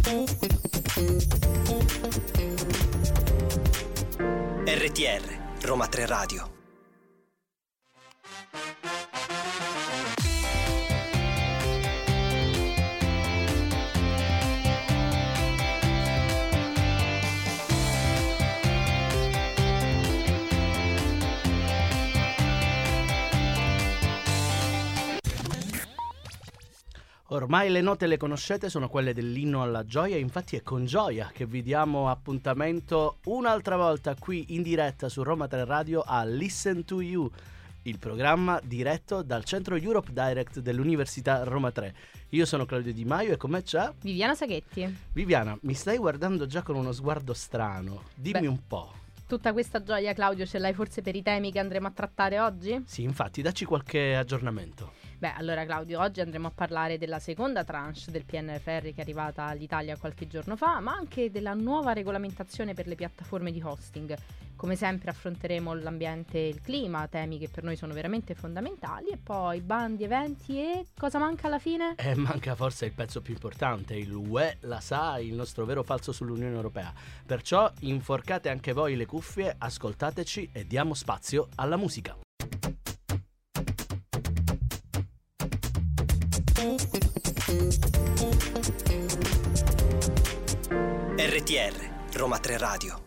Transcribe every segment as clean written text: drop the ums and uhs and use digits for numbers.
RTR, Roma 3 Radio. Ormai le note le conoscete, sono quelle dell'inno alla gioia, infatti è con gioia che vi diamo appuntamento un'altra volta qui in diretta su Roma 3 Radio a Listen to You, il programma diretto dal centro Europe Direct dell'Università Roma 3. Io sono Claudio Di Maio e con me c'è Viviana Saghetti. Viviana, mi stai guardando già con uno sguardo strano, dimmi un po'. Tutta questa gioia, Claudio, ce l'hai forse per i temi che andremo a trattare oggi? Sì, infatti, dacci qualche aggiornamento. Beh, allora Claudio, oggi andremo a parlare della seconda tranche del PNRR che è arrivata all'Italia qualche giorno fa, ma anche della nuova regolamentazione per le piattaforme di hosting. Come sempre affronteremo l'ambiente e il clima, temi che per noi sono veramente fondamentali, e poi bandi, eventi e cosa manca alla fine? Manca forse il pezzo più importante, il UE, la sa, il nostro vero o falso sull'Unione Europea. Perciò inforcate anche voi le cuffie, ascoltateci e diamo spazio alla musica. RTR, Roma 3 Radio.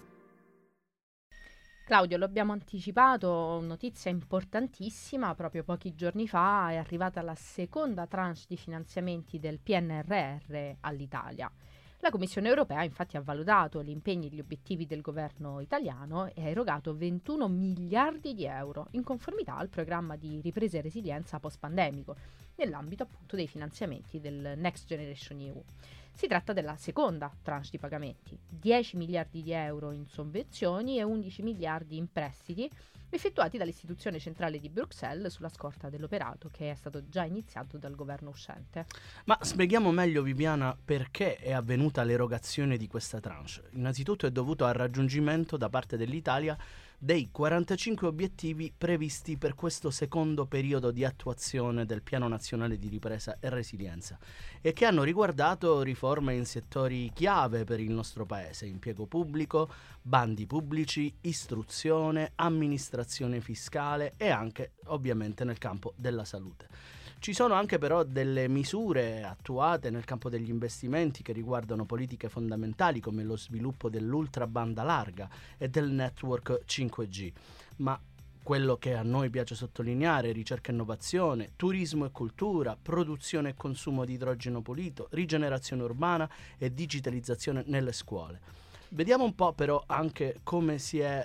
Claudio, lo abbiamo anticipato, notizia importantissima, proprio pochi giorni fa è arrivata la seconda tranche di finanziamenti del PNRR all'Italia. La Commissione europea infatti ha valutato gli impegni e gli obiettivi del governo italiano e ha erogato 21 miliardi di euro in conformità al programma di ripresa e resilienza post-pandemico, nell'ambito appunto dei finanziamenti del Next Generation EU. Si tratta della seconda tranche di pagamenti, 10 miliardi di euro in sovvenzioni e 11 miliardi in prestiti, effettuati dall'istituzione centrale di Bruxelles sulla scorta dell'operato che è stato già iniziato dal governo uscente. Ma spieghiamo meglio, Viviana, perché è avvenuta l'erogazione di questa tranche. Innanzitutto è dovuto al raggiungimento da parte dell'Italia dei 45 obiettivi previsti per questo secondo periodo di attuazione del Piano Nazionale di Ripresa e Resilienza e che hanno riguardato riforme in settori chiave per il nostro paese: impiego pubblico, bandi pubblici, istruzione, amministrazione fiscale e anche ovviamente nel campo della salute. Ci sono anche però delle misure attuate nel campo degli investimenti che riguardano politiche fondamentali come lo sviluppo dell'ultra banda larga e del network 5G. Ma quello che a noi piace sottolineare: ricerca e innovazione, turismo e cultura, produzione e consumo di idrogeno pulito, rigenerazione urbana e digitalizzazione nelle scuole. Vediamo un po' però anche come si è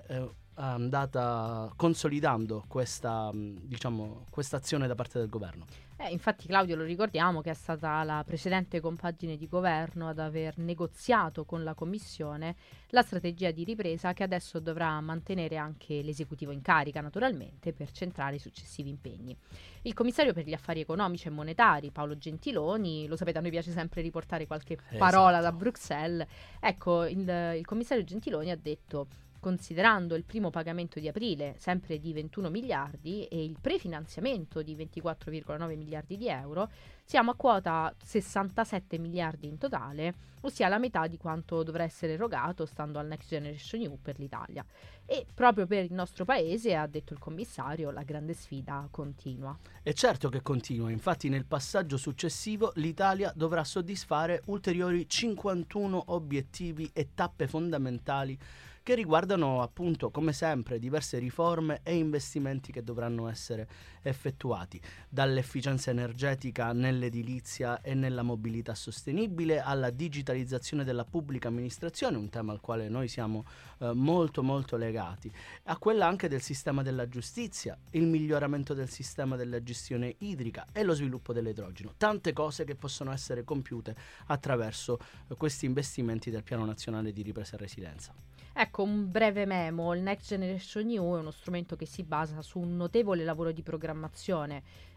andata consolidando questa azione da parte del governo. Infatti, Claudio, lo ricordiamo che è stata la precedente compagine di governo ad aver negoziato con la Commissione la strategia di ripresa che adesso dovrà mantenere anche l'esecutivo in carica, naturalmente, per centrare i successivi impegni. Il commissario per gli affari economici e monetari, Paolo Gentiloni, lo sapete, a noi piace sempre riportare qualche parola da Bruxelles. Ecco, il commissario Gentiloni ha detto: considerando il primo pagamento di aprile sempre di 21 miliardi e il prefinanziamento di 24,9 miliardi di euro, siamo a quota 67 miliardi in totale, ossia la metà di quanto dovrà essere erogato stando al Next Generation EU per l'Italia. E proprio per il nostro paese, ha detto il commissario, la grande sfida continua. E certo che continua, infatti nel passaggio successivo l'Italia dovrà soddisfare ulteriori 51 obiettivi e tappe fondamentali che riguardano appunto, come sempre, diverse riforme e investimenti che dovranno essere effettuati, dall'efficienza energetica nell'edilizia e nella mobilità sostenibile alla digitalizzazione della pubblica amministrazione, un tema al quale noi siamo molto molto legati, a quella anche del sistema della giustizia, il miglioramento del sistema della gestione idrica e lo sviluppo dell'idrogeno, tante cose che possono essere compiute attraverso questi investimenti del Piano Nazionale di Ripresa e Resilienza. Ecco, un breve memo: il Next Generation EU è uno strumento che si basa su un notevole lavoro di programmazione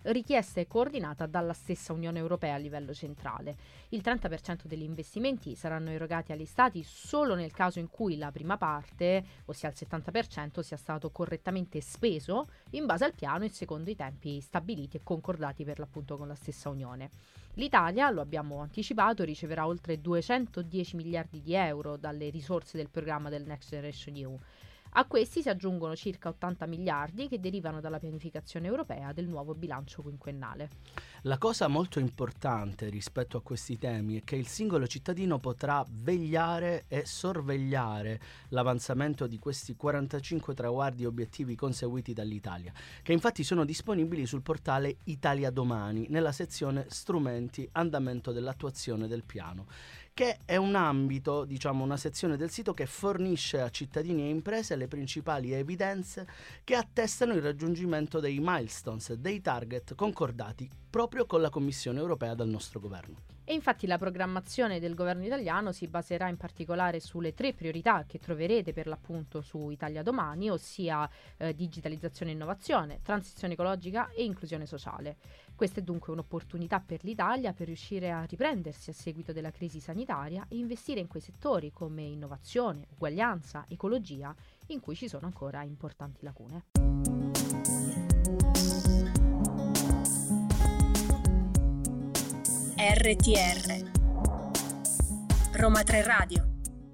richiesta e coordinata dalla stessa Unione Europea a livello centrale. Il 30% degli investimenti saranno erogati agli Stati solo nel caso in cui la prima parte, ossia il 70%, sia stato correttamente speso in base al piano e secondo i tempi stabiliti e concordati per l'appunto con la stessa Unione. L'Italia, lo abbiamo anticipato, riceverà oltre 210 miliardi di euro dalle risorse del programma del Next Generation EU. A questi si aggiungono circa 80 miliardi che derivano dalla pianificazione europea del nuovo bilancio quinquennale. La cosa molto importante rispetto a questi temi è che il singolo cittadino potrà vegliare e sorvegliare l'avanzamento di questi 45 traguardi e obiettivi conseguiti dall'Italia, che infatti sono disponibili sul portale Italia Domani, nella sezione Strumenti, andamento dell'attuazione del piano, che è un ambito, una sezione del sito che fornisce a cittadini e imprese le principali evidenze che attestano il raggiungimento dei milestones, dei target concordati proprio con la Commissione europea dal nostro governo. E infatti la programmazione del governo italiano si baserà in particolare sulle 3 priorità che troverete per l'appunto su Italia Domani, ossia digitalizzazione e innovazione, transizione ecologica e inclusione sociale. Questa è dunque un'opportunità per l'Italia per riuscire a riprendersi a seguito della crisi sanitaria e investire in quei settori come innovazione, uguaglianza, ecologia, in cui ci sono ancora importanti lacune. RTR Roma 3 Radio.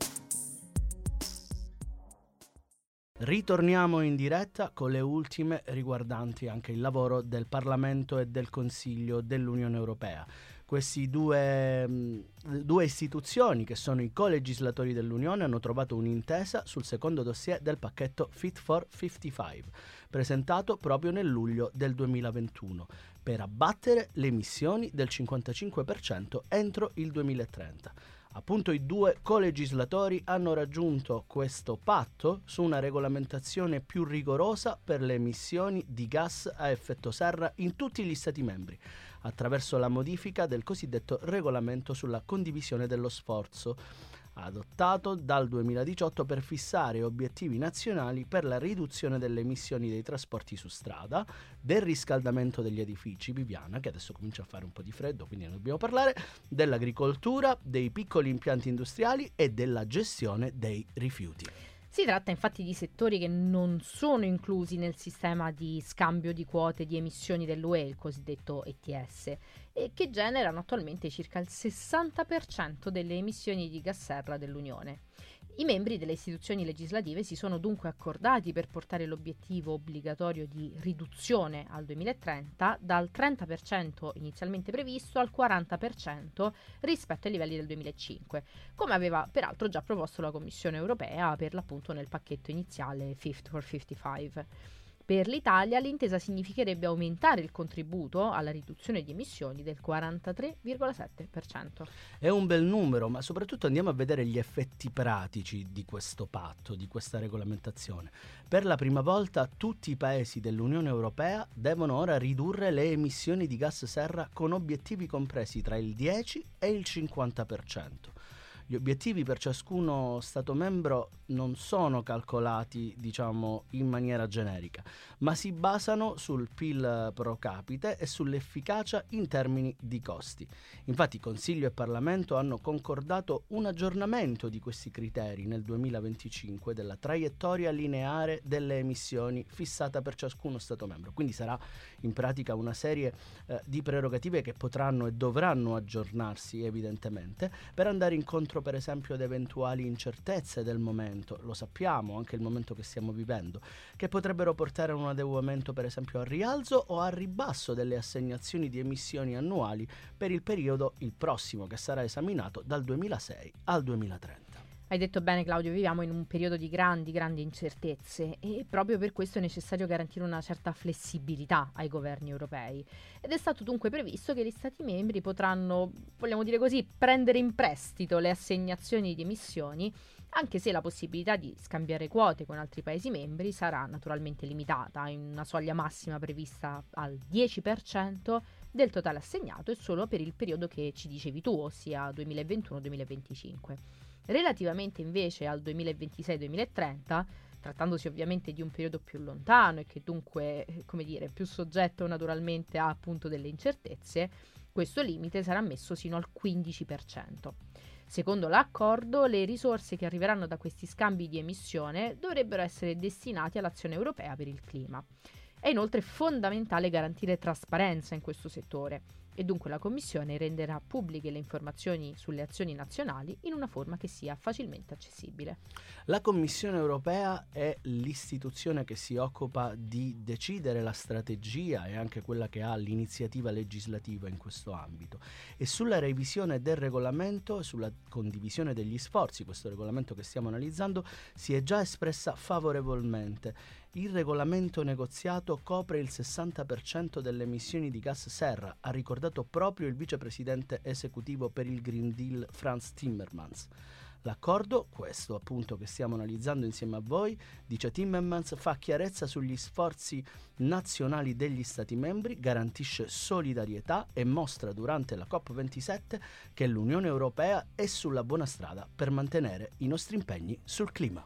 Ritorniamo in diretta con le ultime riguardanti anche il lavoro del Parlamento e del Consiglio dell'Unione Europea. Questi due istituzioni, che sono i colegislatori dell'Unione, hanno trovato un'intesa sul secondo dossier del pacchetto Fit for 55, presentato proprio nel luglio del 2021, per abbattere le emissioni del 55% entro il 2030. Appunto, i due colegislatori hanno raggiunto questo patto su una regolamentazione più rigorosa per le emissioni di gas a effetto serra in tutti gli Stati membri, attraverso la modifica del cosiddetto regolamento sulla condivisione dello sforzo, adottato dal 2018 per fissare obiettivi nazionali per la riduzione delle emissioni dei trasporti su strada, del riscaldamento degli edifici, Viviana, che adesso comincia a fare un po' di freddo, quindi ne dobbiamo parlare, dell'agricoltura, dei piccoli impianti industriali e della gestione dei rifiuti. Si tratta infatti di settori che non sono inclusi nel sistema di scambio di quote di emissioni dell'UE, il cosiddetto ETS, e che generano attualmente circa il 60% delle emissioni di gas serra dell'Unione. I membri delle istituzioni legislative si sono dunque accordati per portare l'obiettivo obbligatorio di riduzione al 2030 dal 30% inizialmente previsto al 40% rispetto ai livelli del 2005, come aveva peraltro già proposto la Commissione europea per l'appunto nel pacchetto iniziale Fit for 55. Per l'Italia l'intesa significherebbe aumentare il contributo alla riduzione di emissioni del 43,7%. È un bel numero, ma soprattutto andiamo a vedere gli effetti pratici di questo patto, di questa regolamentazione. Per la prima volta tutti i paesi dell'Unione Europea devono ora ridurre le emissioni di gas serra con obiettivi compresi tra il 10 e il 50%. Gli obiettivi per ciascuno Stato membro non sono calcolati, in maniera generica, ma si basano sul PIL pro capite e sull'efficacia in termini di costi. Infatti Consiglio e Parlamento hanno concordato un aggiornamento di questi criteri nel 2025 della traiettoria lineare delle emissioni fissata per ciascuno Stato membro. Quindi sarà in pratica una serie di prerogative che potranno e dovranno aggiornarsi evidentemente per andare incontro per esempio ad eventuali incertezze del momento, lo sappiamo, anche il momento che stiamo vivendo, che potrebbero portare a un adeguamento per esempio al rialzo o al ribasso delle assegnazioni di emissioni annuali per il periodo il prossimo, che sarà esaminato dal 2006 al 2030. Hai detto bene Claudio, viviamo in un periodo di grandi incertezze e proprio per questo è necessario garantire una certa flessibilità ai governi europei. Ed è stato dunque previsto che gli Stati membri potranno, vogliamo dire così, prendere in prestito le assegnazioni di emissioni, anche se la possibilità di scambiare quote con altri Paesi membri sarà naturalmente limitata, in una soglia massima prevista al 10% del totale assegnato e solo per il periodo che ci dicevi tu, ossia 2021-2025. Relativamente invece al 2026-2030, trattandosi ovviamente di un periodo più lontano e che dunque, come dire, più soggetto naturalmente a appunto delle incertezze, questo limite sarà messo sino al 15%. Secondo l'accordo, le risorse che arriveranno da questi scambi di emissione dovrebbero essere destinate all'azione europea per il clima. È inoltre fondamentale garantire trasparenza in questo settore e dunque la Commissione renderà pubbliche le informazioni sulle azioni nazionali in una forma che sia facilmente accessibile. La Commissione europea è l'istituzione che si occupa di decidere la strategia e anche quella che ha l'iniziativa legislativa in questo ambito, e sulla revisione del regolamento e sulla condivisione degli sforzi, questo regolamento che stiamo analizzando, si è già espressa favorevolmente. Il regolamento negoziato copre il 60% delle emissioni di gas serra, ha ricordato proprio il vicepresidente esecutivo per il Green Deal Frans Timmermans. L'accordo, questo appunto che stiamo analizzando insieme a voi, dice Timmermans, fa chiarezza sugli sforzi nazionali degli Stati membri, garantisce solidarietà e mostra durante la COP27 che l'Unione Europea è sulla buona strada per mantenere i nostri impegni sul clima.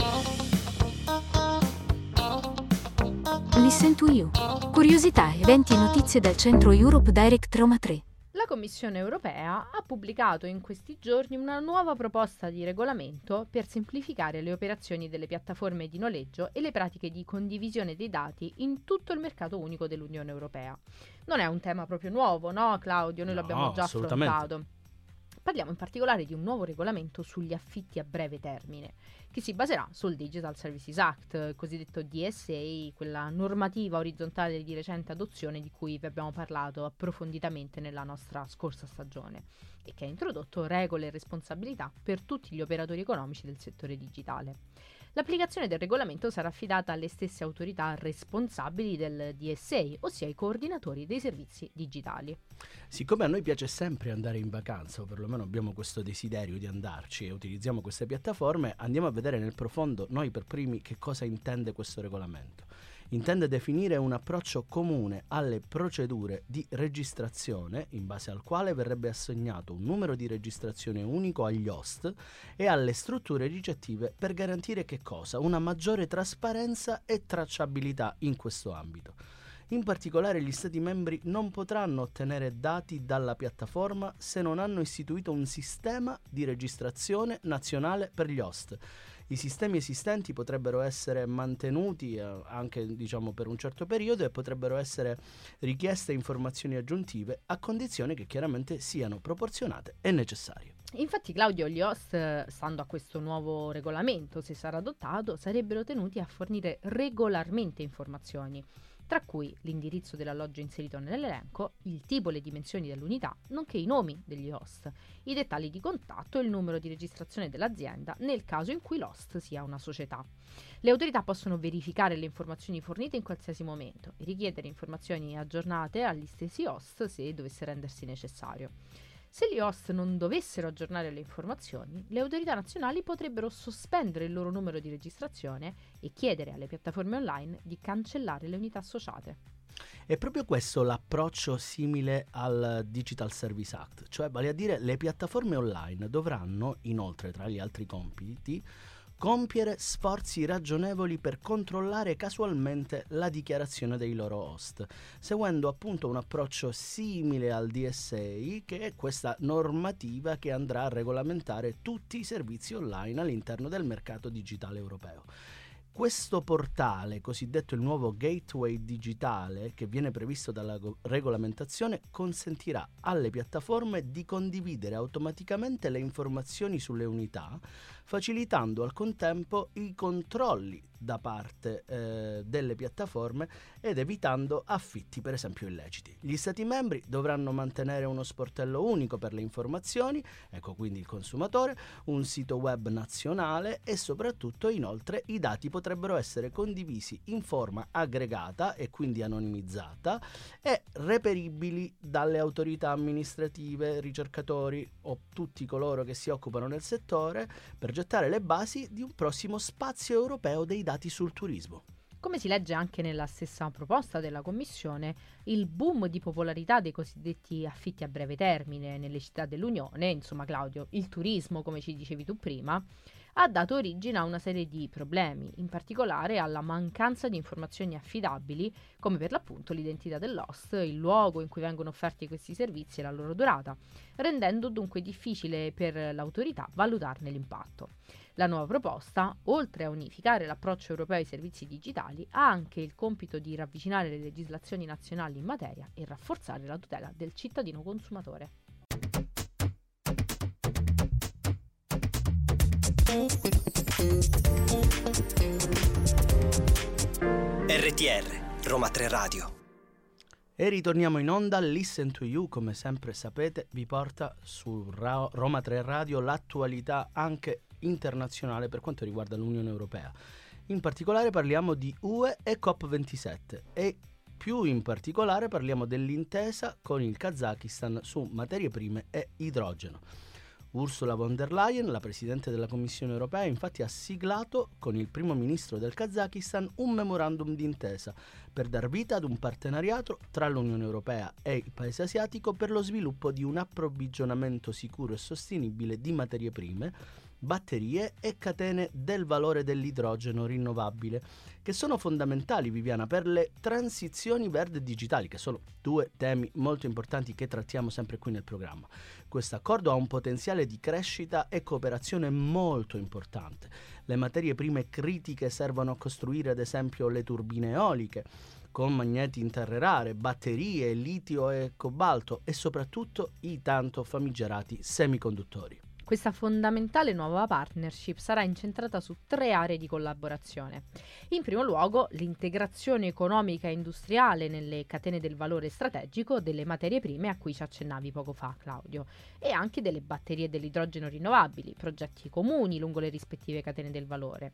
Listen to You. Curiosità, eventi e notizie dal centro Europe Direct Roma 3. La Commissione europea ha pubblicato in questi giorni una nuova proposta di regolamento per semplificare le operazioni delle piattaforme di noleggio e le pratiche di condivisione dei dati in tutto il mercato unico dell'Unione Europea. Non è un tema proprio nuovo, no Claudio? Noi l'abbiamo già affrontato. Parliamo in particolare di un nuovo regolamento sugli affitti a breve termine, che si baserà sul Digital Services Act, il cosiddetto DSA, quella normativa orizzontale di recente adozione di cui vi abbiamo parlato approfonditamente nella nostra scorsa stagione, e che ha introdotto regole e responsabilità per tutti gli operatori economici del settore digitale. L'applicazione del regolamento sarà affidata alle stesse autorità responsabili del DSA, ossia i coordinatori dei servizi digitali. Siccome a noi piace sempre andare in vacanza, o perlomeno abbiamo questo desiderio di andarci e utilizziamo queste piattaforme, andiamo a vedere nel profondo, noi per primi, che cosa intende questo regolamento. Intende definire un approccio comune alle procedure di registrazione, in base al quale verrebbe assegnato un numero di registrazione unico agli host e alle strutture ricettive per garantire che cosa? Una maggiore trasparenza e tracciabilità in questo ambito. In particolare gli Stati membri non potranno ottenere dati dalla piattaforma se non hanno istituito un sistema di registrazione nazionale per gli host. I sistemi esistenti potrebbero essere mantenuti anche per un certo periodo e potrebbero essere richieste informazioni aggiuntive a condizione che chiaramente siano proporzionate e necessarie. Infatti Claudio, gli host, stando a questo nuovo regolamento, se sarà adottato, sarebbero tenuti a fornire regolarmente informazioni, tra cui l'indirizzo dell'alloggio inserito nell'elenco, il tipo e le dimensioni dell'unità, nonché i nomi degli host, i dettagli di contatto e il numero di registrazione dell'azienda nel caso in cui l'host sia una società. Le autorità possono verificare le informazioni fornite in qualsiasi momento e richiedere informazioni aggiornate agli stessi host se dovesse rendersi necessario. Se gli host non dovessero aggiornare le informazioni, le autorità nazionali potrebbero sospendere il loro numero di registrazione e chiedere alle piattaforme online di cancellare le unità associate. È proprio questo l'approccio simile al Digital Service Act, cioè vale a dire le piattaforme online dovranno, inoltre tra gli altri compiti, compiere sforzi ragionevoli per controllare casualmente la dichiarazione dei loro host, seguendo appunto un approccio simile al DSA, che è questa normativa che andrà a regolamentare tutti i servizi online all'interno del mercato digitale europeo. Questo portale, cosiddetto il nuovo gateway digitale, che viene previsto dalla regolamentazione, consentirà alle piattaforme di condividere automaticamente le informazioni sulle unità, facilitando al contempo i controlli da parte delle piattaforme ed evitando affitti per esempio illeciti. Gli Stati membri dovranno mantenere uno sportello unico per le informazioni, ecco quindi il consumatore, un sito web nazionale e soprattutto inoltre i dati potrebbero essere condivisi in forma aggregata e quindi anonimizzata e reperibili dalle autorità amministrative, ricercatori o tutti coloro che si occupano del settore per gettare le basi di un prossimo spazio europeo dei dati sul turismo. Come si legge anche nella stessa proposta della Commissione, il boom di popolarità dei cosiddetti affitti a breve termine nelle città dell'Unione, insomma Claudio, il turismo come ci dicevi tu prima, ha dato origine a una serie di problemi, in particolare alla mancanza di informazioni affidabili, come per l'appunto l'identità dell'host, il luogo in cui vengono offerti questi servizi e la loro durata, rendendo dunque difficile per l'autorità valutarne l'impatto. La nuova proposta, oltre a unificare l'approccio europeo ai servizi digitali, ha anche il compito di ravvicinare le legislazioni nazionali in materia e rafforzare la tutela del cittadino consumatore. RTR, Roma 3 Radio. E ritorniamo in onda. Listen to You, come sempre sapete, vi porta su Roma 3 Radio l'attualità anche internazionale per quanto riguarda l'Unione Europea. In particolare parliamo di UE e COP27 e più in particolare parliamo dell'intesa con il Kazakistan su materie prime e idrogeno. Ursula von der Leyen, la Presidente della Commissione Europea, infatti ha siglato con il primo ministro del Kazakistan un memorandum d'intesa per dar vita ad un partenariato tra l'Unione Europea e il paese asiatico per lo sviluppo di un approvvigionamento sicuro e sostenibile di materie prime, batterie e catene del valore dell'idrogeno rinnovabile, che sono fondamentali, Viviana, per le transizioni verde e digitali, che sono due temi molto importanti che trattiamo sempre qui nel programma. Questo accordo ha un potenziale di crescita e cooperazione molto importante. Le materie prime critiche servono a costruire ad esempio le turbine eoliche, con magneti in terre rare, batterie, litio e cobalto e soprattutto i tanto famigerati semiconduttori. Questa fondamentale nuova partnership sarà incentrata su 3 aree di collaborazione. In primo luogo, l'integrazione economica e industriale nelle catene del valore strategico delle materie prime a cui ci accennavi poco fa, Claudio, e anche delle batterie dell'idrogeno rinnovabili, progetti comuni lungo le rispettive catene del valore.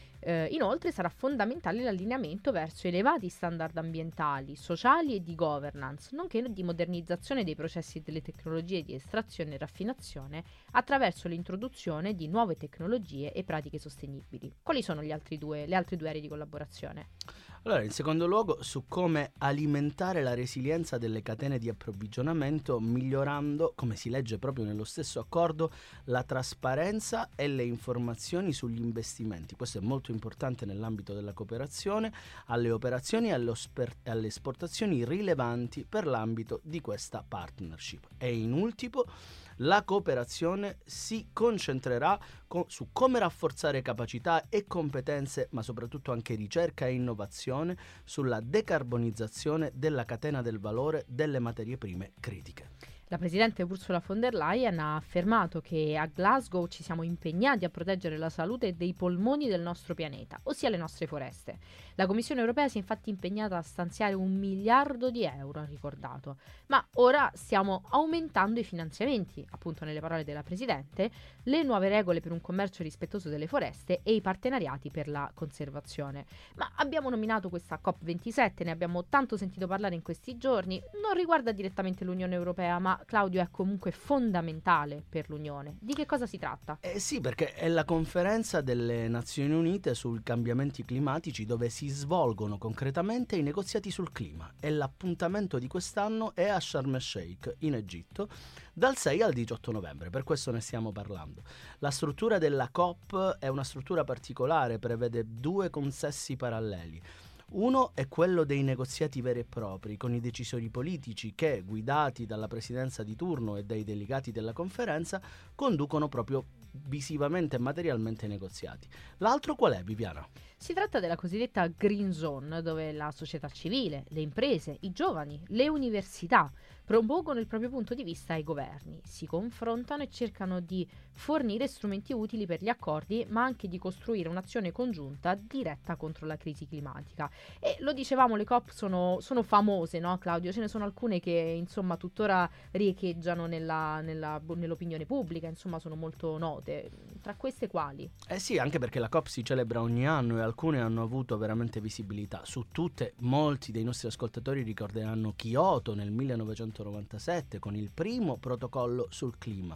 Inoltre sarà fondamentale l'allineamento verso elevati standard ambientali, sociali e di governance, nonché di modernizzazione dei processi delle tecnologie di estrazione e raffinazione attraverso l'introduzione di nuove tecnologie e pratiche sostenibili. Quali sono le altre due aree di collaborazione? Allora, in secondo luogo, su come alimentare la resilienza delle catene di approvvigionamento, migliorando, come si legge proprio nello stesso accordo, la trasparenza e le informazioni sugli investimenti. Questo è molto importante nell'ambito della cooperazione, alle operazioni e alle esportazioni rilevanti per l'ambito di questa partnership. E in ultimo, la cooperazione si concentrerà su come rafforzare capacità e competenze, ma soprattutto anche ricerca e innovazione sulla decarbonizzazione della catena del valore delle materie prime critiche. La Presidente Ursula von der Leyen ha affermato che a Glasgow ci siamo impegnati a proteggere la salute dei polmoni del nostro pianeta, ossia le nostre foreste. La Commissione europea si è infatti impegnata a stanziare 1 miliardo di euro, ha ricordato, ma ora stiamo aumentando i finanziamenti, appunto nelle parole della Presidente, le nuove regole per un commercio rispettoso delle foreste e i partenariati per la conservazione. Ma abbiamo nominato questa COP27, ne abbiamo tanto sentito parlare in questi giorni, non riguarda direttamente l'Unione Europea, ma Claudio è comunque fondamentale per l'Unione. Di che cosa si tratta? Sì, perché è la conferenza delle Nazioni Unite sui cambiamenti climatici dove si svolgono concretamente i negoziati sul clima e l'appuntamento di quest'anno è a Sharm el-Sheikh in Egitto dal 6 al 18 novembre, per questo ne stiamo parlando. La struttura della COP è una struttura particolare, prevede 2 consessi paralleli. Uno è quello dei negoziati veri e propri, con i decisori politici che, guidati dalla presidenza di turno e dai delegati della conferenza, conducono proprio visivamente e materialmente i negoziati. L'altro qual è, Viviana? Si tratta della cosiddetta Green Zone, dove la società civile, le imprese, i giovani, le università propongono il proprio punto di vista ai governi, si confrontano e cercano di fornire strumenti utili per gli accordi, ma anche di costruire un'azione congiunta diretta contro la crisi climatica. E lo dicevamo, le COP sono famose, no Claudio? Ce ne sono alcune che insomma tuttora riecheggiano nell'opinione pubblica, insomma sono molto note. Tra queste quali? Sì, anche perché la COP si celebra ogni anno e alcune hanno avuto veramente visibilità. Su tutte, molti dei nostri ascoltatori ricorderanno Kyoto nel 1997 con il primo protocollo sul clima.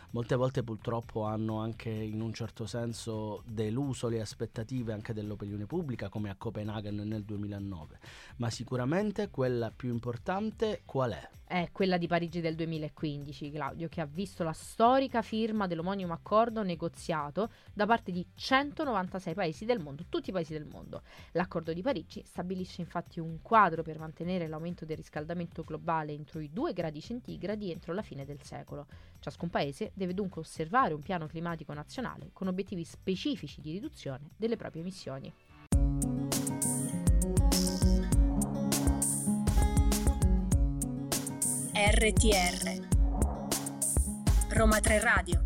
molte volte purtroppo hanno anche in un certo senso deluso le aspettative anche dell'opinione pubblica, come a Copenaghen nel 2009. Ma sicuramente quella più importante qual è? È quella di Parigi del 2015, Claudio, che ha visto la storica firma dell'omonimo accordo negoziato da parte di 196 paesi del mondo, tutti i paesi del mondo. L'accordo di Parigi stabilisce infatti un quadro per mantenere l'aumento del riscaldamento globale entro i 2 gradi centigradi entro la fine del secolo. Ciascun paese deve dunque osservare un piano climatico nazionale con obiettivi specifici di riduzione delle proprie emissioni. RTR Roma 3 Radio.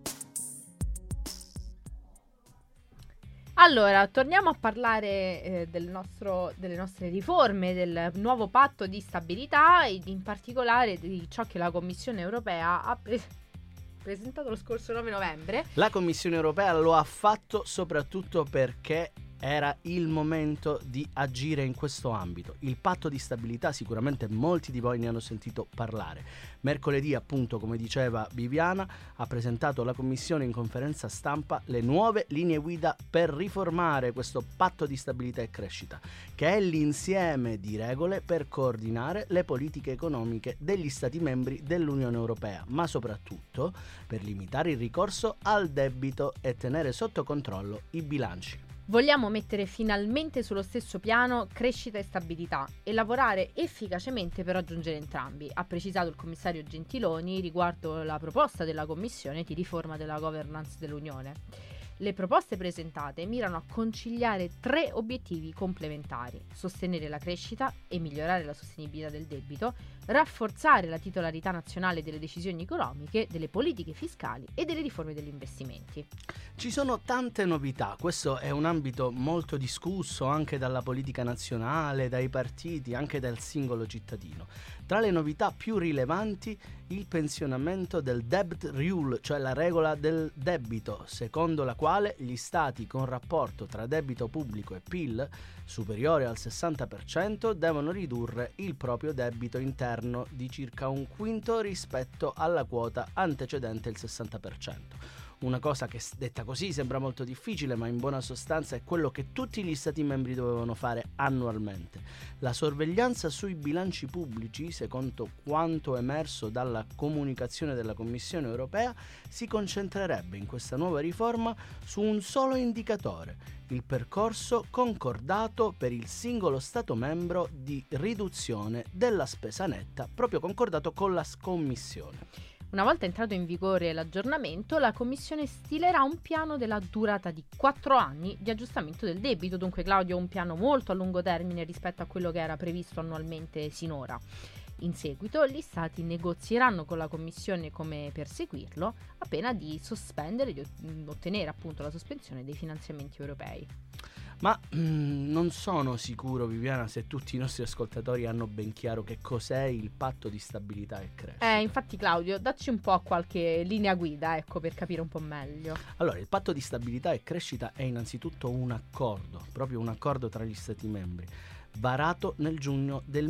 Allora, torniamo a parlare delle nostre riforme, del nuovo patto di stabilità e in particolare di ciò che la Commissione europea ha presentato lo scorso 9 novembre. La Commissione europea lo ha fatto soprattutto perché era il momento di agire in questo ambito. Il patto di stabilità, sicuramente molti di voi ne hanno sentito parlare. Mercoledì, appunto, come diceva Viviana, ha presentato la Commissione in conferenza stampa le nuove linee guida per riformare questo patto di stabilità e crescita, che è l'insieme di regole per coordinare le politiche economiche degli Stati membri dell'Unione Europea, ma soprattutto per limitare il ricorso al debito e tenere sotto controllo i bilanci. Vogliamo mettere finalmente sullo stesso piano crescita e stabilità e lavorare efficacemente per raggiungere entrambi, ha precisato il commissario Gentiloni riguardo la proposta della Commissione di riforma della governance dell'Unione. Le proposte presentate mirano a conciliare 3 obiettivi complementari: sostenere la crescita e migliorare la sostenibilità del debito, rafforzare la titolarità nazionale delle decisioni economiche, delle politiche fiscali e delle riforme degli investimenti. Ci sono tante novità, questo è un ambito molto discusso anche dalla politica nazionale, dai partiti, anche dal singolo cittadino. Tra le novità più rilevanti, il pensionamento del debt rule, cioè la regola del debito, secondo la quale gli stati con rapporto tra debito pubblico e PIL superiore al 60% devono ridurre il proprio debito interno di circa un quinto rispetto alla quota antecedente il 60%. Una cosa che detta così sembra molto difficile, ma in buona sostanza è quello che tutti gli Stati membri dovevano fare annualmente. La sorveglianza sui bilanci pubblici, secondo quanto emerso dalla comunicazione della Commissione europea, si concentrerebbe in questa nuova riforma su un solo indicatore: il percorso concordato per il singolo Stato membro di riduzione della spesa netta, proprio concordato con la Commissione. Una volta entrato in vigore l'aggiornamento, la Commissione stilerà un piano della durata di 4 anni di aggiustamento del debito, dunque Claudio un piano molto a lungo termine rispetto a quello che era previsto annualmente sinora. In seguito gli Stati negozieranno con la Commissione come perseguirlo, a pena di sospendere, di ottenere appunto la sospensione dei finanziamenti europei. Ma non sono sicuro, Viviana, se tutti i nostri ascoltatori hanno ben chiaro che cos'è il patto di stabilità e crescita. Infatti Claudio, dacci un po' a qualche linea guida, ecco, per capire un po' meglio. Allora, il patto di stabilità e crescita è innanzitutto un accordo, proprio un accordo tra gli Stati membri, varato nel giugno del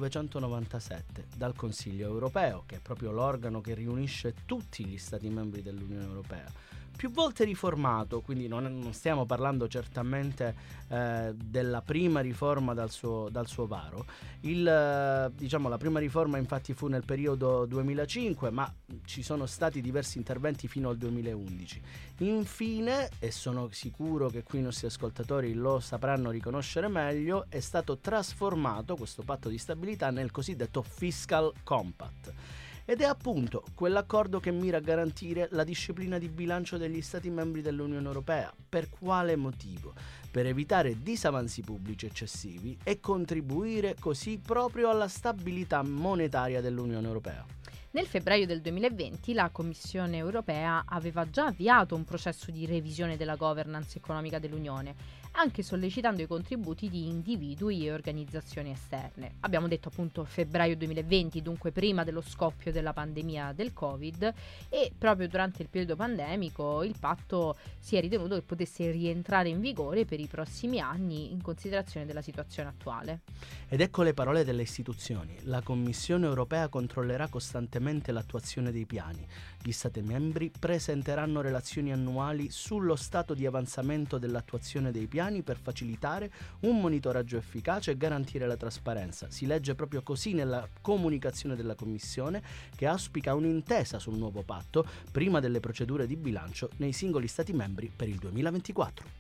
1997 dal Consiglio europeo, che è proprio l'organo che riunisce tutti gli Stati membri dell'Unione Europea. Più volte riformato, quindi non stiamo parlando certamente della prima riforma dal suo varo. La prima riforma infatti fu nel periodo 2005, ma ci sono stati diversi interventi fino al 2011. Infine, e sono sicuro che qui i nostri ascoltatori lo sapranno riconoscere meglio, è stato trasformato questo patto di stabilità nel cosiddetto Fiscal Compact. Ed è appunto quell'accordo che mira a garantire la disciplina di bilancio degli Stati membri dell'Unione Europea. Per quale motivo? Per evitare disavanzi pubblici eccessivi e contribuire così proprio alla stabilità monetaria dell'Unione Europea. Nel febbraio del 2020 la Commissione europea aveva già avviato un processo di revisione della governance economica dell'Unione, anche sollecitando i contributi di individui e organizzazioni esterne. Abbiamo detto appunto febbraio 2020, dunque prima dello scoppio della pandemia del Covid, e proprio durante il periodo pandemico il patto si è ritenuto che potesse rientrare in vigore per i prossimi anni in considerazione della situazione attuale. Ed ecco le parole delle istituzioni: la Commissione europea controllerà costantemente costantemente l'attuazione dei piani. Gli Stati membri presenteranno relazioni annuali sullo stato di avanzamento dell'attuazione dei piani per facilitare un monitoraggio efficace e garantire la trasparenza. Si legge proprio così nella comunicazione della Commissione, che auspica un'intesa sul nuovo patto prima delle procedure di bilancio nei singoli Stati membri per il 2024.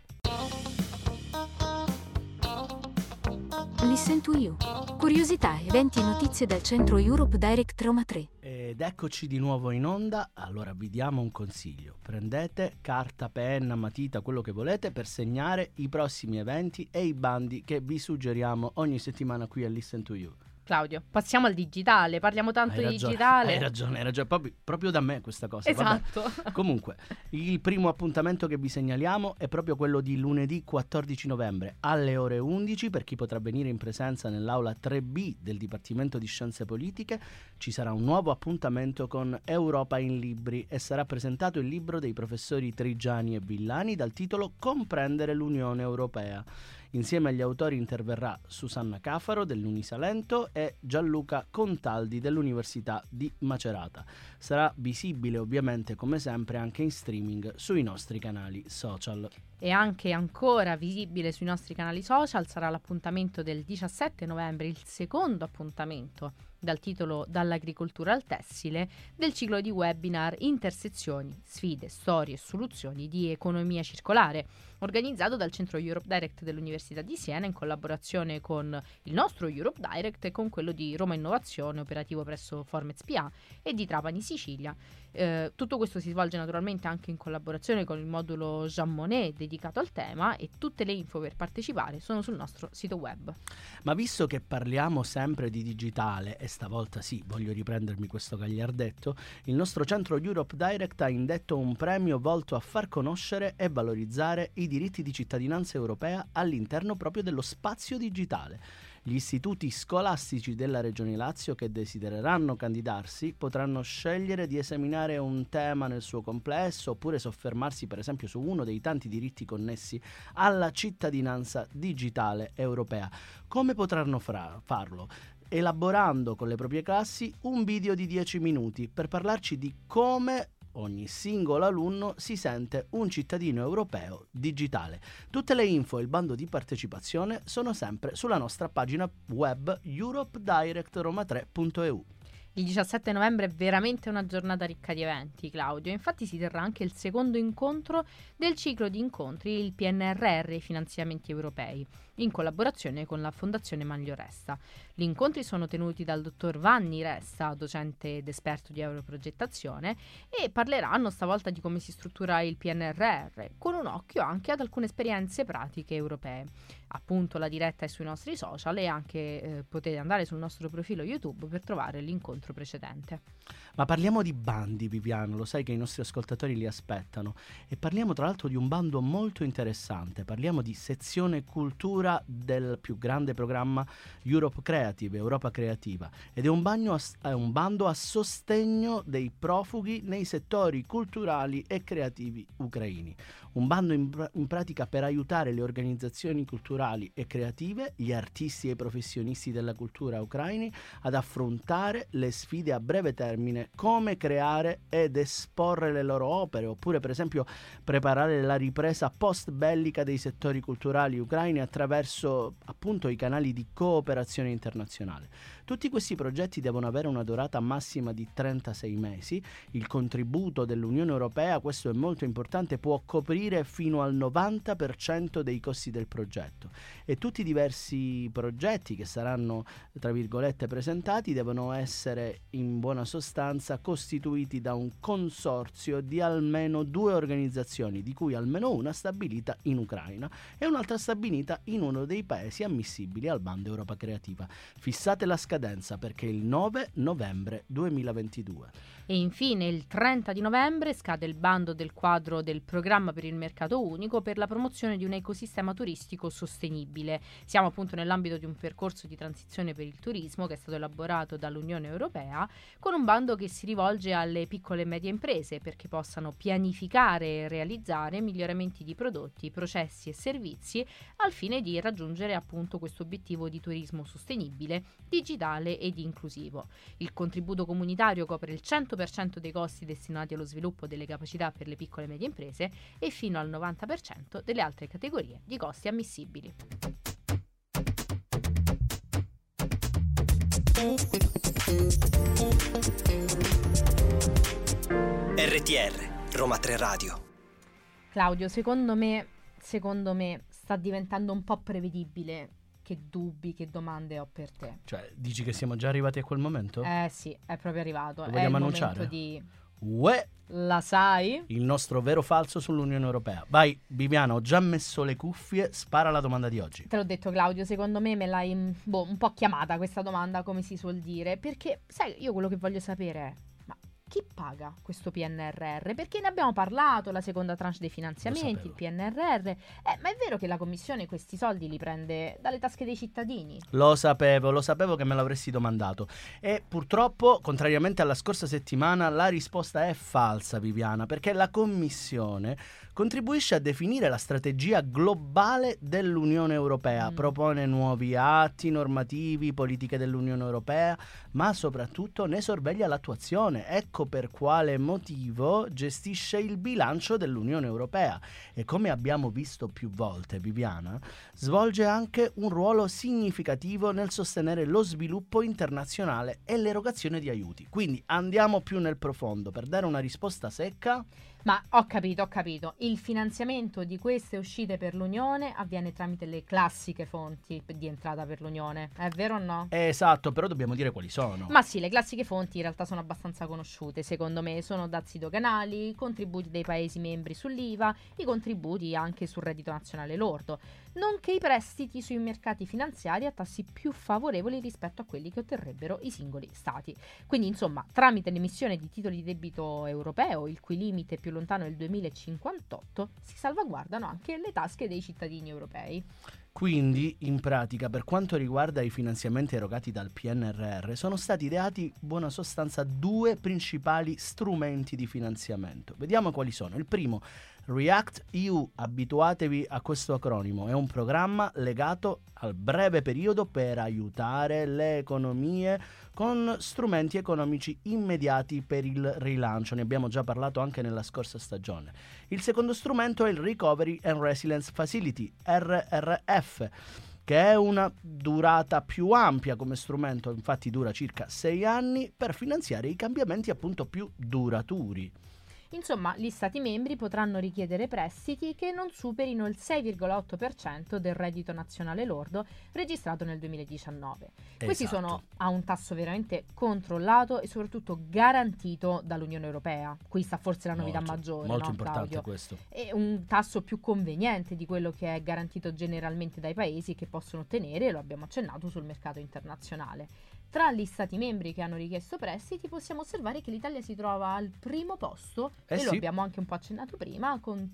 Listen to You. Curiosità, eventi e notizie dal centro Europe Direct Roma 3. Ed eccoci di nuovo in onda. Allora vi diamo un consiglio: prendete carta, penna, matita, quello che volete per segnare i prossimi eventi e i bandi che vi suggeriamo ogni settimana qui a Listen to You. Claudio, passiamo al digitale, parliamo tanto di digitale. Hai ragione, proprio da me questa cosa. Esatto. Vabbè. Comunque, il primo appuntamento che vi segnaliamo è proprio quello di lunedì 14 novembre alle ore 11. Per chi potrà venire in presenza nell'aula 3B del Dipartimento di Scienze Politiche, ci sarà un nuovo appuntamento con Europa in Libri e sarà presentato il libro dei professori Trigiani e Villani dal titolo Comprendere l'Unione Europea. Insieme agli autori interverrà Susanna Cafaro dell'Unisalento e Gianluca Contaldi dell'Università di Macerata. Sarà visibile ovviamente come sempre anche in streaming sui nostri canali social. E anche ancora visibile sui nostri canali social sarà l'appuntamento del 17 novembre, il secondo appuntamento dal titolo Dall'agricoltura al tessile del ciclo di webinar Intersezioni, sfide, storie e soluzioni di economia circolare, organizzato dal centro Europe Direct dell'Università di Siena in collaborazione con il nostro Europe Direct e con quello di Roma Innovazione, operativo presso Formez PA, e di Trapani Sicilia. Tutto questo si svolge naturalmente anche in collaborazione con il modulo Jean Monnet dedicato al tema, e tutte le info per partecipare sono sul nostro sito web. Ma visto che parliamo sempre di digitale, e stavolta sì, voglio riprendermi questo gagliardetto, il nostro centro Europe Direct ha indetto un premio volto a far conoscere e valorizzare i diritti di cittadinanza europea all'interno proprio dello spazio digitale. Gli istituti scolastici della Regione Lazio che desidereranno candidarsi potranno scegliere di esaminare un tema nel suo complesso, oppure soffermarsi per esempio su uno dei tanti diritti connessi alla cittadinanza digitale europea. Come potranno farlo? Elaborando con le proprie classi un video di 10 minuti per parlarci di come ogni singolo alunno si sente un cittadino europeo digitale. Tutte le info e il bando di partecipazione sono sempre sulla nostra pagina web europedirectroma3.eu. Il 17 novembre è veramente una giornata ricca di eventi, Claudio. Infatti si terrà anche il secondo incontro del ciclo di incontri, il PNRR, i finanziamenti europei, in collaborazione con la Fondazione Manlio Resta. Gli incontri sono tenuti dal dottor Vanni Resta, docente ed esperto di europrogettazione, e parleranno stavolta di come si struttura il PNRR, con un occhio anche ad alcune esperienze pratiche europee. Appunto, la diretta è sui nostri social e anche potete andare sul nostro profilo YouTube per trovare l'incontro precedente. Ma parliamo di bandi, Viviano, lo sai che i nostri ascoltatori li aspettano, e parliamo tra l'altro di un bando molto interessante. Parliamo di sezione cultura del più grande programma Europe Creative, Europa Creativa, ed è un bando a sostegno dei profughi nei settori culturali e creativi ucraini. Un bando in pratica per aiutare le organizzazioni culturali e creative, gli artisti e i professionisti della cultura ucraini ad affrontare le sfide a breve termine, come creare ed esporre le loro opere, oppure per esempio preparare la ripresa post bellica dei settori culturali ucraini attraverso appunto i canali di cooperazione internazionale. Tutti questi progetti devono avere una durata massima di 36 mesi. Il contributo dell'Unione Europea, questo è molto importante, può coprire fino al 90% dei costi del progetto, e tutti i diversi progetti che saranno, tra virgolette, presentati devono essere in buona sostanza costituiti da un consorzio di almeno 2 organizzazioni, di cui almeno una stabilita in Ucraina e un'altra stabilita in uno dei paesi ammissibili al bando Europa Creativa. Fissate la scadenza, perché il 9 novembre 2022. E infine il 30 di novembre scade il bando del quadro del programma per il mercato unico per la promozione di un ecosistema turistico sostenibile. Siamo appunto nell'ambito di un percorso di transizione per il turismo che è stato elaborato dall'Unione Europea Europea, con un bando che si rivolge alle piccole e medie imprese perché possano pianificare e realizzare miglioramenti di prodotti, processi e servizi al fine di raggiungere appunto questo obiettivo di turismo sostenibile, digitale ed inclusivo. Il contributo comunitario copre il 100% dei costi destinati allo sviluppo delle capacità per le piccole e medie imprese e fino al 90% delle altre categorie di costi ammissibili. RTR, Roma 3 Radio. Claudio, secondo me sta diventando un po' prevedibile che dubbi, che domande ho per te. Cioè, dici che siamo già arrivati a quel momento? Sì, è proprio arrivato. Lo vogliamo è il annunciare? momento di... Uè! La sai? Il nostro vero o falso sull'Unione Europea. Vai, Viviana, ho già messo le cuffie, spara la domanda di oggi. Te l'ho detto, Claudio, secondo me me l'hai un po' chiamata questa domanda, come si suol dire, perché, sai, io quello che voglio sapere è, ma chi paga questo PNRR? Perché ne abbiamo parlato, la seconda tranche dei finanziamenti, il PNRR, ma è vero che la Commissione questi soldi li prende dalle tasche dei cittadini? Lo sapevo che me l'avresti domandato. E purtroppo, contrariamente alla scorsa settimana, la risposta è falsa, Viviana, perché la Commissione contribuisce a definire la strategia globale dell'Unione Europea, propone nuovi atti normativi, politiche dell'Unione Europea, ma soprattutto ne sorveglia l'attuazione. Ecco per quale motivo gestisce il bilancio dell'Unione Europea e, come abbiamo visto più volte, Viviana, svolge anche un ruolo significativo nel sostenere lo sviluppo internazionale e l'erogazione di aiuti. Quindi andiamo più nel profondo per dare una risposta secca. Ma ho capito. Il finanziamento di queste uscite per l'Unione avviene tramite le classiche fonti di entrata per l'Unione, è vero o no? Esatto, però dobbiamo dire quali sono. Ma sì, le classiche fonti in realtà sono abbastanza conosciute, secondo me. Sono dazi doganali, contributi dei Paesi membri sull'IVA, i contributi anche sul reddito nazionale lordo, nonché i prestiti sui mercati finanziari a tassi più favorevoli rispetto a quelli che otterrebbero i singoli stati. Quindi, insomma, tramite l'emissione di titoli di debito europeo, il cui limite più lontano è il 2058, si salvaguardano anche le tasche dei cittadini europei. Quindi, in pratica, per quanto riguarda i finanziamenti erogati dal PNRR, sono stati ideati, in buona sostanza, due principali strumenti di finanziamento. Vediamo quali sono. Il primo, React EU, abituatevi a questo acronimo, è un programma legato al breve periodo per aiutare le economie con strumenti economici immediati per il rilancio. Ne abbiamo già parlato anche nella scorsa stagione. Il secondo strumento è il Recovery and Resilience Facility, RRF, che è una durata più ampia come strumento, infatti dura circa 6 anni, per finanziare i cambiamenti appunto più duraturi. Insomma, gli Stati membri potranno richiedere prestiti che non superino il 6,8% del reddito nazionale lordo registrato nel 2019. Questi sono a un tasso veramente controllato e soprattutto garantito dall'Unione Europea. Qui sta forse la novità maggiore, molto no, importante, Claudio? questo. È un tasso più conveniente di quello che è garantito generalmente dai paesi che possono ottenere, lo abbiamo accennato, sul mercato internazionale. Tra gli Stati membri che hanno richiesto prestiti possiamo osservare che l'Italia si trova al primo posto, lo abbiamo anche un po' accennato prima, con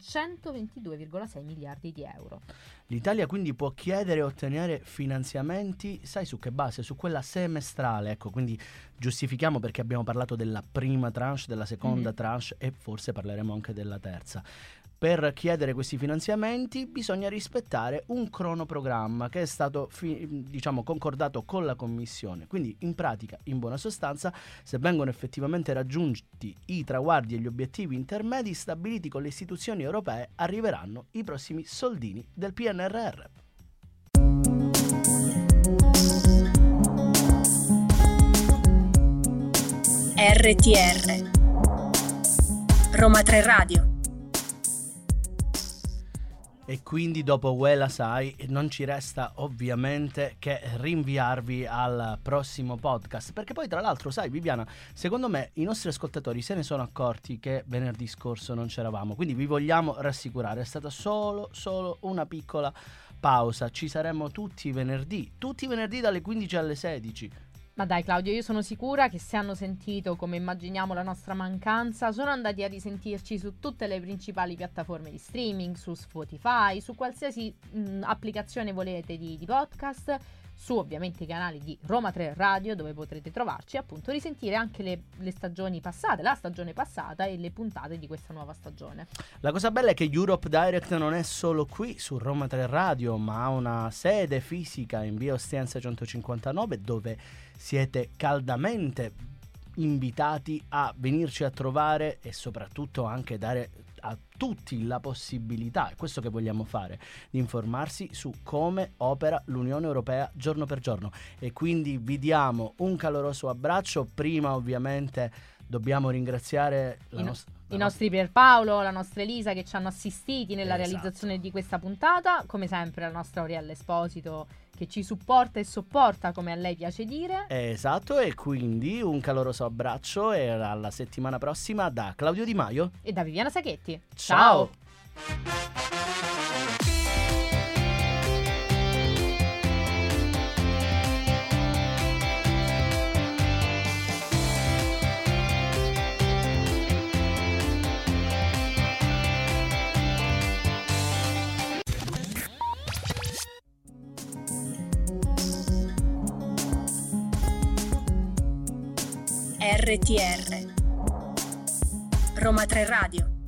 122,6 miliardi di euro. L'Italia quindi può chiedere e ottenere finanziamenti, sai su che base? Su quella semestrale, ecco, quindi giustifichiamo perché abbiamo parlato della prima tranche, della seconda tranche e forse parleremo anche della terza. Per chiedere questi finanziamenti bisogna rispettare un cronoprogramma che è stato concordato con la Commissione. Quindi in pratica, in buona sostanza, se vengono effettivamente raggiunti i traguardi e gli obiettivi intermedi stabiliti con le istituzioni europee, arriveranno i prossimi soldini del PNRR. RTR Roma 3 Radio. E quindi dopo Uè la sai, non ci resta ovviamente che rinviarvi al prossimo podcast, perché poi tra l'altro sai Viviana, secondo me i nostri ascoltatori se ne sono accorti che venerdì scorso non c'eravamo, quindi vi vogliamo rassicurare, è stata solo una piccola pausa, ci saremo tutti i venerdì dalle 15 alle 16. Ma dai Claudio, io sono sicura che se hanno sentito come immaginiamo la nostra mancanza, sono andati a risentirci su tutte le principali piattaforme di streaming, su Spotify, su qualsiasi applicazione volete di podcast, su ovviamente i canali di Roma 3 Radio, dove potrete trovarci e appunto risentire anche le stagioni passate, la stagione passata e le puntate di questa nuova stagione. La cosa bella è che Europe Direct non è solo qui su Roma 3 Radio, ma ha una sede fisica in via Ostiense 159, dove siete caldamente invitati a venirci a trovare e soprattutto anche dare a tutti la possibilità, è questo che vogliamo fare, di informarsi su come opera l'Unione Europea giorno per giorno. E quindi vi diamo un caloroso abbraccio. Prima ovviamente dobbiamo ringraziare i nostri Pierpaolo, la nostra Elisa, che ci hanno assistiti nella realizzazione di questa puntata, come sempre la nostra Oriella Esposito, che ci supporta e sopporta, come a lei piace dire. Esatto, e quindi un caloroso abbraccio e alla settimana prossima da Claudio Di Maio e da Viviana Sacchetti. Ciao! RTR Roma 3 Radio.